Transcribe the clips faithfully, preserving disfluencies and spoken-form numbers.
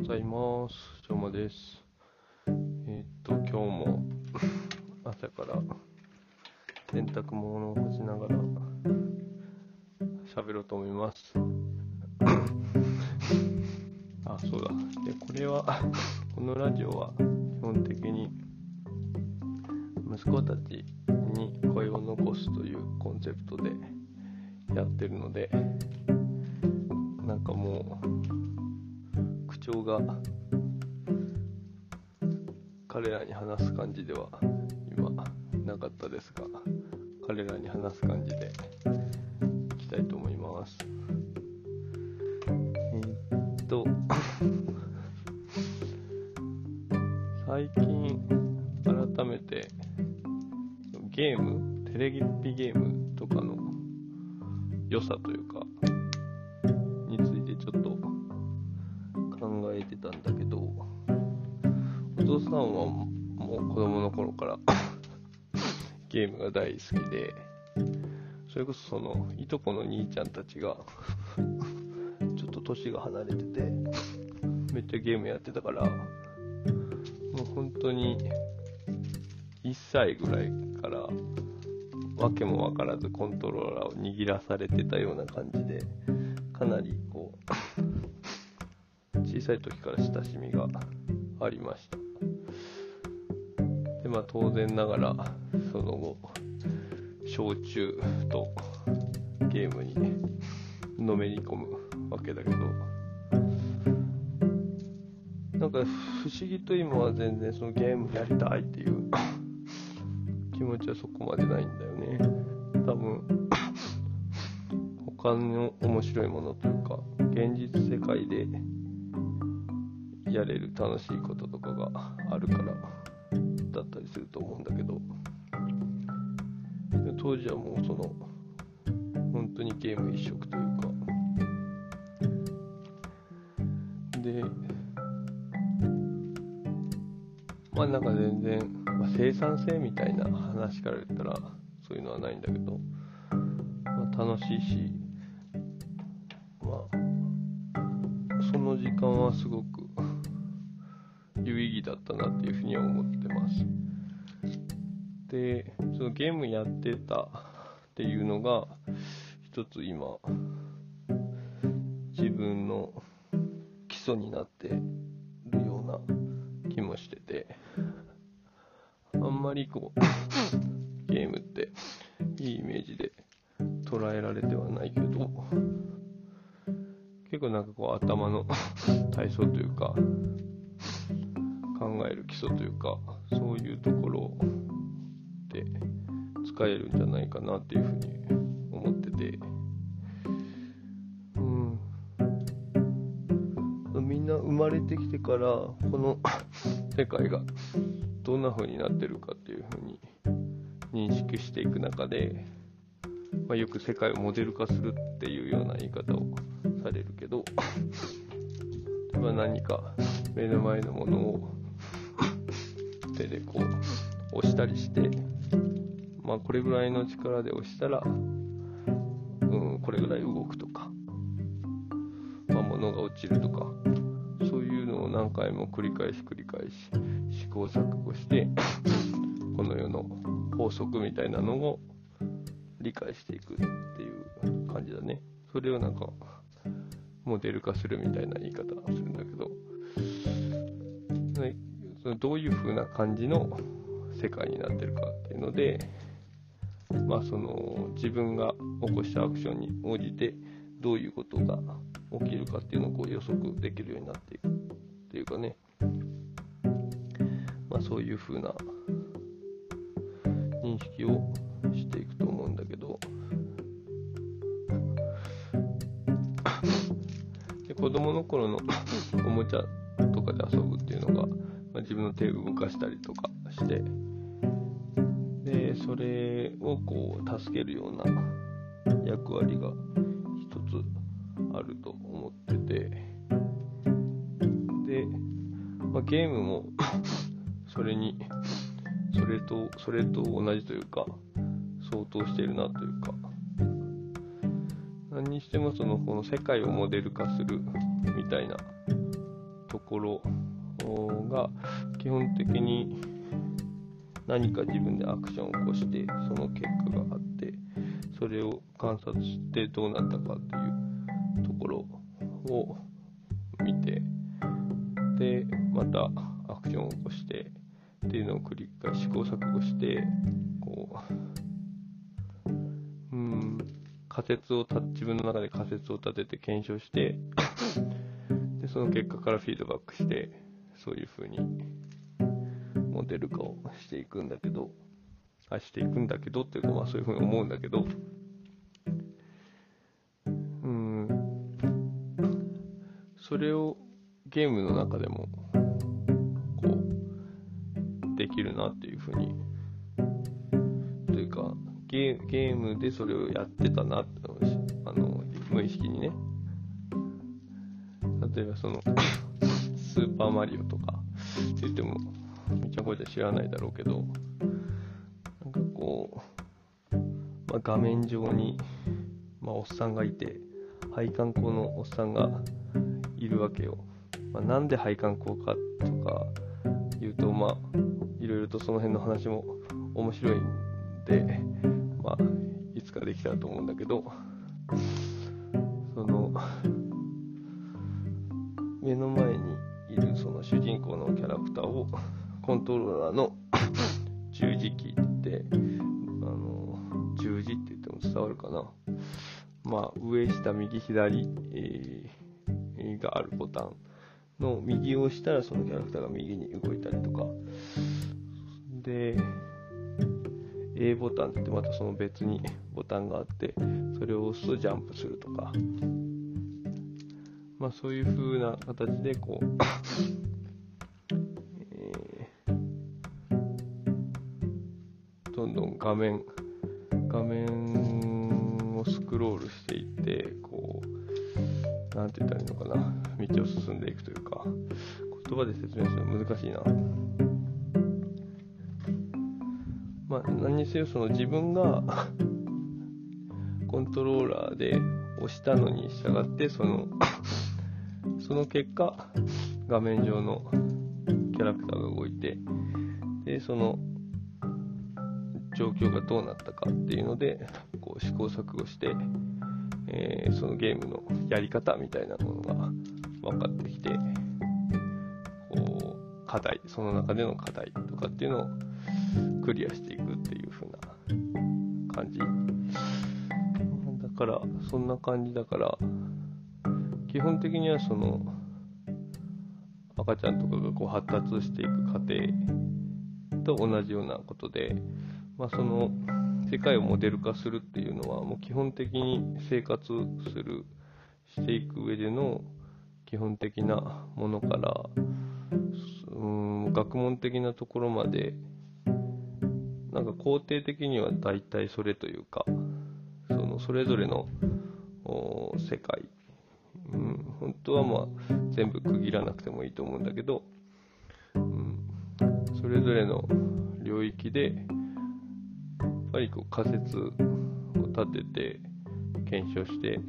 ざいます。しょうまです。えー、っと、今日も朝から洗濯物を干しながら喋ろうと思います。あ、そうだ。で、これは、このラジオは基本的に息子たちに声を残すというコンセプトでやってるので、なんかもう口調が彼らに話す感じでは今なかったですが、彼らに話す感じでいきたいと思います。えー、っと最近改めてゲーム、テレビゲームとかの良さというかについてちょっと考えてたんだけど、お父さんはもう子供の頃からゲームが大好きで、それこそそのいとこの兄ちゃんたちがちょっと年が離れててめっちゃゲームやってたから、もう本当にいっさいぐらいからわけもわからずコントローラーを握らされてたような感じで、かなりこう小さい時から親しみがありました。で、まあ当然ながらその後焼酎とゲームにのめり込むわけだけど、なんか不思議と今は全然そのゲームやりたいっていう気持ちはそこまでないんだよね。多分他の面白いものというか現実世界でやれる楽しいこととかがあるからだったりすると思うんだけど、当時はもうその本当にゲーム一色というかで、まあなんか全然、まあ、生産性みたいな話から言ったらそういうのはないんだけど、まあ、楽しいし、まあその時間はすごく有意義だったなっていうふうには思ってます。で、そのゲームやってたっていうのが一つ今自分の基礎になってるような気もしてて、あんまりこうゲームっていいイメージで捉えられてはないけど、結構なんかこう頭の体操というか考える基礎というかそういうところで使えるんじゃないかなっていうふうに思ってて、うん、みんな生まれてきてからこの世界がどんな風になってるかっていう風に認識していく中で、まあ、よく世界をモデル化するっていうような言い方をされるけど、例えば何か目の前のものを手でこう押したりして、まあこれぐらいの力で押したら、うん、これぐらい動くとか、まあ、物が落ちるとか、そういうのを何回も繰り返し繰り返し試行錯誤してこの世の法則みたいなのを理解していくっていう感じだね。それをなんかモデル化するみたいな言い方をするんだけど、そのどういう風な感じの世界になってるかっていうので、まあその自分が起こしたアクションに応じてどういうことが起きるかっていうのをこう予測できるようになっていくっていうかね、まあそういう風な認識をしていくと思うんだけど、で子供の頃のおもちゃとかで遊ぶっていうのが、まあ、自分の手を動かしたりとかして、でそれをこう助けるような役割が一つあると思ってて、で、まあ、ゲームもそれにそれとそれと同じというか相当しているなというか、何にしてもそのこの世界をモデル化するみたいなところが基本的に何か自分でアクションを起こしてその結果があってそれを観察してどうなったかっていうところを見てでまたアクションを起こしてっていうのを繰り返し試行錯誤してこううん仮説をた自分の中で仮説を立てて検証してでその結果からフィードバックしてそういう風にモデル化をしていくんだけどあしていくんだけどっていうかまあそういう風に思うんだけどうんそれをゲームの中でもこうできるなっていう風にというかゲー、ゲームでそれをやってたなってあの無意識にね例えばそのスーパーマリオとかって言ってもめちゃこちゃ知らないだろうけどなんかこう、まあ、画面上に、まあ、おっさんがいて配管工のおっさんがいるわけよ、まあ、なんで配管工かとか言うとまあいろいろとその辺の話も面白いんでまあいつかできたらと思うんだけどその目の前にいるその主人公のキャラクターをコントローラーの十字キーって言ってあの十字って言っても伝わるかなまあ上下右左、えー、があるボタンの右を押したらそのキャラクターが右に動いたりとかで A ボタンってまたその別にボタンがあってそれを押すとジャンプするとかまあそういう風な形でこう、えー、どんどん画面画面をスクロールしていってこうなんて言ったらいいのかな道を進んでいくというか言葉で説明するの難しいなまあ何にせよその自分がコントローラーで押したのに従ってそのその結果画面上のキャラクターが動いてでその状況がどうなったかっていうのでこう試行錯誤して、えー、そのゲームのやり方みたいなものが分かってきてこう課題その中での課題とかっていうのをクリアしていくっていう風な感じだからそんな感じだから基本的にはその赤ちゃんとかがこう発達していく過程と同じようなことで、まあ、その世界をモデル化するっていうのはもう基本的に生活するしていく上での基本的なものからうーん学問的なところまでなんか肯定的には大体それというかそのそれぞれの世界うん、本当はまあ全部区切らなくてもいいと思うんだけど、うん、それぞれの領域でやっぱりこう仮説を立てて検証して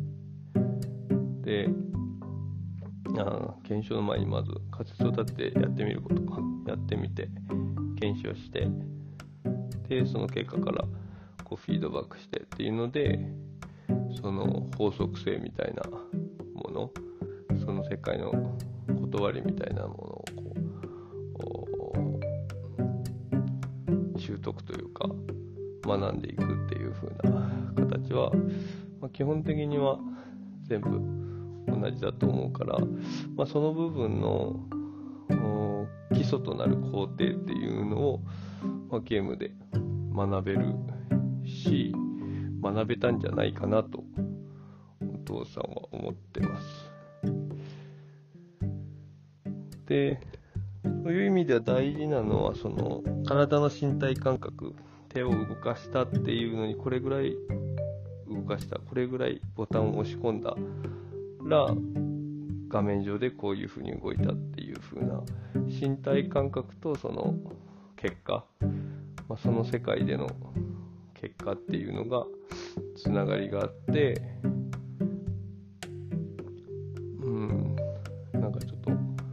であ検証の前にまず仮説を立ててやってみることかやってみて検証してでその結果からこうフィードバックしてっていうのでその法則性みたいなものその世界の断りみたいなものをこう習得というか学んでいくっていう風な形は、まあ、基本的には全部同じだと思うから、まあ、その部分の基礎となる工程っていうのを、まあ、ゲームで学べるし学べたんじゃないかなとお父さんは思ってます。で、そういう意味では大事なのはその体の身体感覚、手を動かしたっていうのにこれぐらい動かした、これぐらいボタンを押し込んだら画面上でこういう風に動いたっていう風な身体感覚とその結果、まあ、その世界での結果っていうのがつながりがあってうんなんかちょっと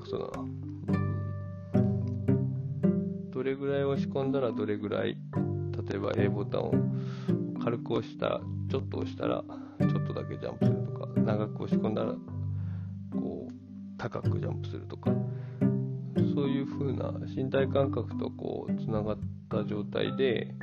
くそだな。どれぐらい押し込んだらどれぐらい、例えば A ボタンを軽く押したら、ちょっと押したらちょっとだけジャンプするとか、長く押し込んだらこう高くジャンプするとか、そういう風な身体感覚とこうつながった状態で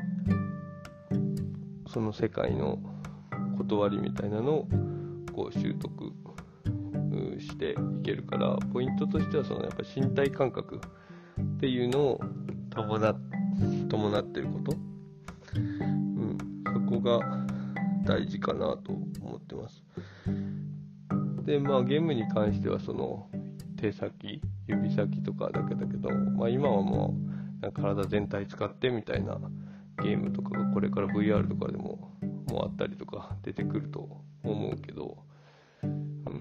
その世界の断りみたいなのをこう習得していけるから、ポイントとしてはそのやっぱり身体感覚っていうのを伴伴ってること、うん、そこが大事かなと思ってます。で、まあゲームに関してはその手先、指先とかだけだけど、まあ今はもう体全体使ってみたいなゲームとかがこれから ブイアール とかでももうあったりとか出てくると思うけど、うん、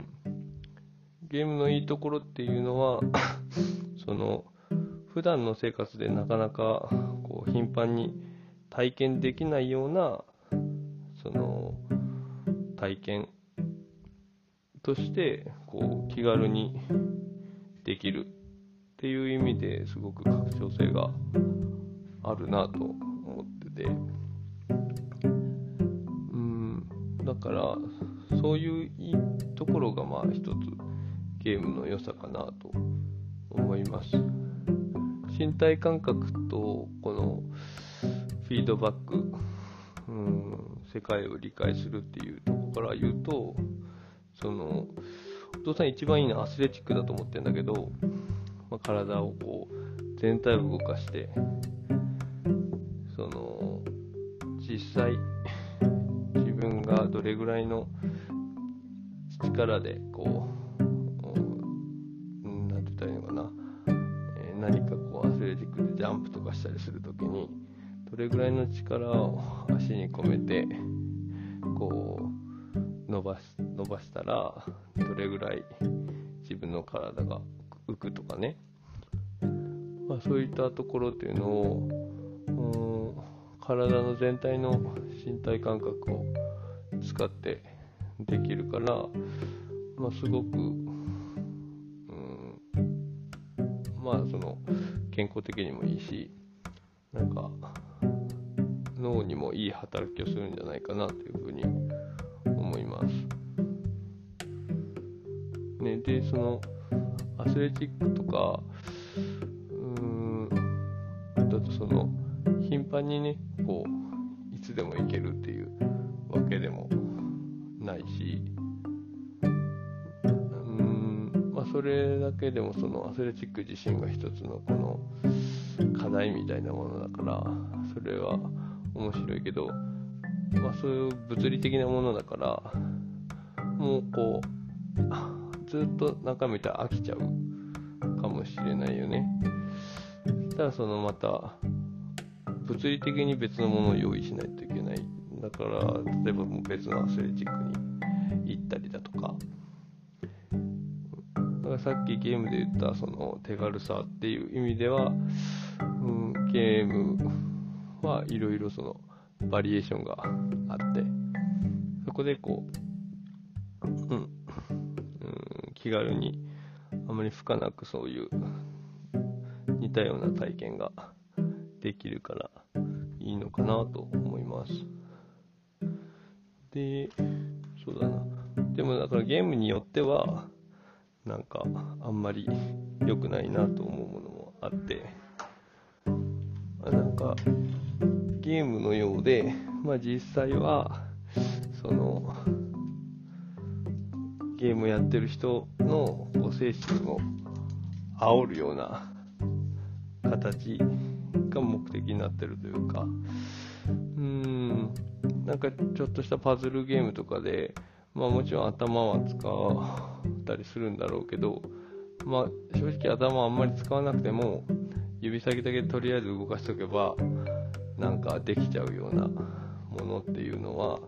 ゲームのいいところっていうのはその普段の生活でなかなかこう頻繁に体験できないようなその体験としてこう気軽にできるっていう意味ですごく拡張性があるなと思ってて、うん、だからそういういいところがまあ一つゲームの良さかなと思います。身体感覚とこのフィードバック、うん、世界を理解するっていうところから言うと、そのお父さん一番いいのはアスレチックだと思ってるんだけど、まあ、体をこう全体を動かしてその実際自分がどれぐらいの力でこう、うん、なんて言ったらいいのかな、えー、何かこうアスレチックでジャンプとかしたりするときにどれぐらいの力を足に込めてこう伸ばし伸ばしたらどれぐらい自分の体が浮くとかね、まあ、そういったところっていうのを体の全体の身体感覚を使ってできるから、まあ、すごく、うん、まあその健康的にもいいし、なんか脳にもいい働きをするんじゃないかなというふうに思います。ね、でそのアスレチックとかうーんだとその頻繁にねこういつでも行けるっていうわけでもないし、うーんまあそれだけでもそのアスレチック自身が一つのこの課題みたいなものだからそれは面白いけど、まあそういう物理的なものだからもうこうずっと中身たら飽きちゃうかもしれないよね。ただそのまた物理的に別のものを用意しないといけない。だから例えばもう別のアスレチックに行ったりだとか、だからさっきゲームで言ったその手軽さっていう意味では、うん、ゲームはいろいろそのバリエーションがあってそこでこう、うんうん、気軽にあまり負荷なくそういう似たような体験ができるからいいのかなと思います。で、そうだな。でもだからゲームによってはなんかあんまり良くないなと思うものもあって、なんかゲームのようで、まあ実際はそのゲームやってる人の精神を煽るような形が目的になってるというか、うーんなんかちょっとしたパズルゲームとかで、まあもちろん頭は使ったりするんだろうけど、まあ正直頭はあんまり使わなくても指先だけとりあえず動かしておけばなんかできちゃうようなものっていうのは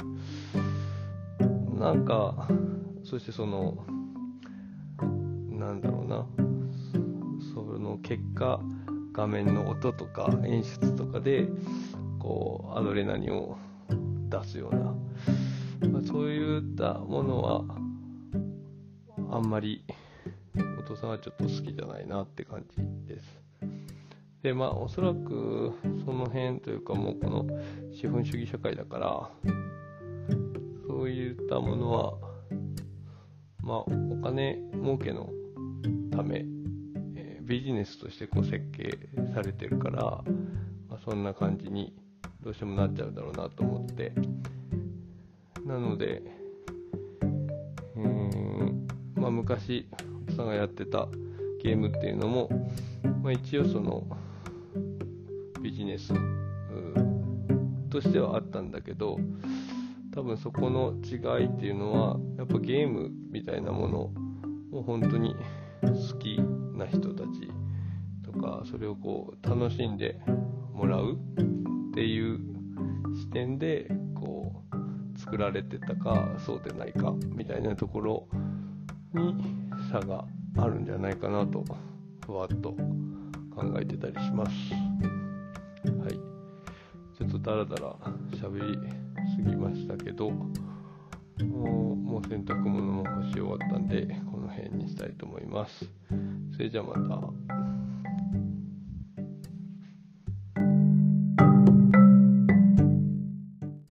なんか、そしてそのなんだろうな、その結果画面の音とか演出とかでこうアドレナリンを出すような、まあ、そういったものはあんまりお父さんはちょっと好きじゃないなって感じです。で、まあおそらくその辺というか、もうこの資本主義社会だから、そういったものはまあお金儲けのため、えー、ビジネスとしてこう設計されてるから、まあ、そんな感じにどうしてもなっちゃうだろうなと思って、なのでうーんまあ昔お父さんがやってたゲームっていうのも、まあ、一応そのビジネスとしてはあったんだけど、多分そこの違いっていうのはやっぱゲームみたいなものを本当に好きな人たちとか、それをこう楽しんでもらうっていう視点でこう作られてたかそうでないかみたいなところに差があるんじゃないかなとふわっと考えてたりします。はい、ちょっとダラダラ喋りすぎましたけど、もう、もう洗濯物も干し終わったんでこの辺にしたいと思います。それじゃあまた。